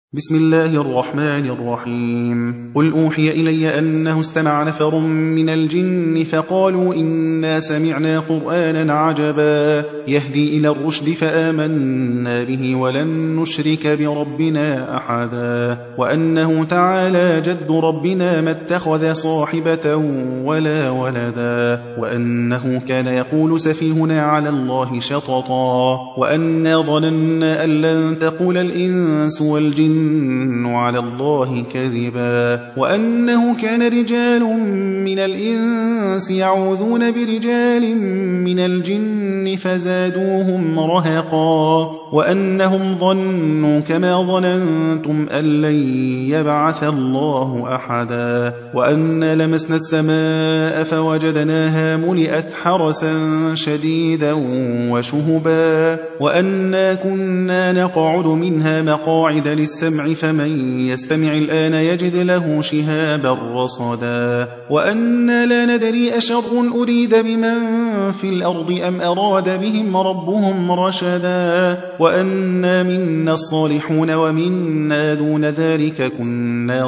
بسم الله الرحمن الرحيم قل أوحي إلي أنه استمع نفر من الجن فقالوا إنا سمعنا قرآنا عجبا يهدي إلى الرشد فآمنا به ولن نشرك بربنا أحدا وأنه تعالى جد ربنا ما اتخذ صاحبة ولا ولدا وأنه كان يقول سفيهنا على الله شططا وأنا ظننا أن لن تقول الإنس والجن على الله كذبا وأنه كان رجال من الإنس يعوذون برجال من الجن فزادوهم رهقا وأنهم ظنوا كما ظننتم أن لن يبعث الله أحدا وأنا لمسنا السماء فوجدناها ملئت حرسا شديدا وشهبا وأنا كنا نقعد منها مقاعد للسمع فمن يستمع الآن يجد له شهابا رصدا وأنا لا ندري أشر أريد بمن في الأرض أم أراد بهم ربهم رشدا وأنا منا الصالحون ومنا دون ذلك كنا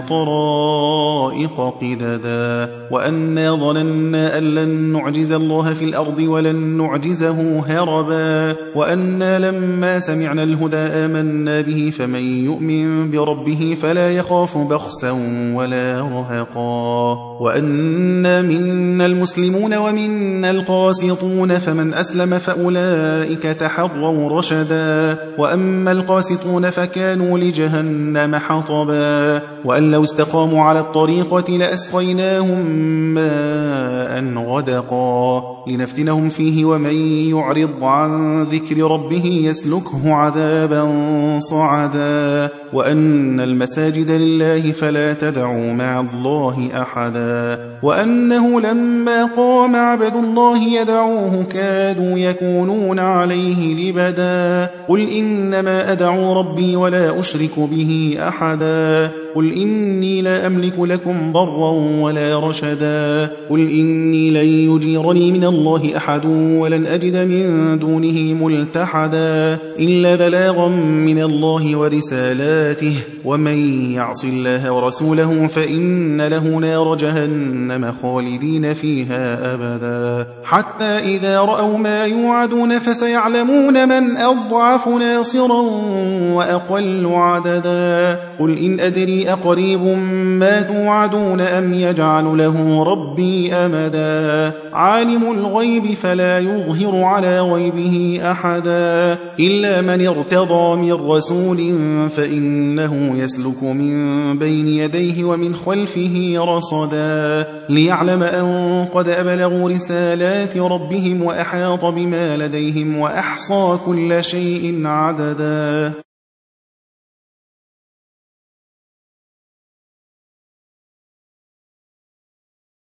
طرائق قددا وأنا ظننا أن لن نعجز الله في الأرض ولن نعجزه هربا وأنا لما سمعنا الهدى آمنا به فمن يؤمن بربه فلا يخاف بخسا ولا رهقا وأنا منا المسلمون ومنا القاسطون فمن أسلم فأولئك تحروا رشدا وأما القاسطون فكانوا لجهنم حطبا وأن لو استقاموا على الطريقة لأسقيناهم ماء غدقا لنفتنهم فيه ومن يعرض عن ذكر ربه يسلكه عذابا صعدا وأن المساجد لله فلا تدعوا مع الله أحدا وأنه لما قام عبد الله يدعوه كادوا يكونون عليه لبدا قل إنما أدعو ربي ولا أشرك به أحدا قل إني لا أملك لكم ضرا ولا رشدا قل إني لن يجيرني من الله أحد ولن أجد من دونه ملتحدا إلا بلاغا من الله ورسالاته ومن يعص الله ورسوله فإن له نار جهنم خالدين فيها أبدا حتى إذا رأوا ما يوعدون فسيعلمون من أضعف ناصرا وأقل عددا قل إن أدري أقريب ما توعدون أم يجعل له ربي أمدا عالم الغيب فلا يظهر على غيبه أحدا إلا من ارتضى من رسول فإنه يسلك من بين يديه ومن خلفه رصدا ليعلم أن قد أبلغوا رسالات ربهم وأحاط بما لديهم وأحصى كل شيء عددا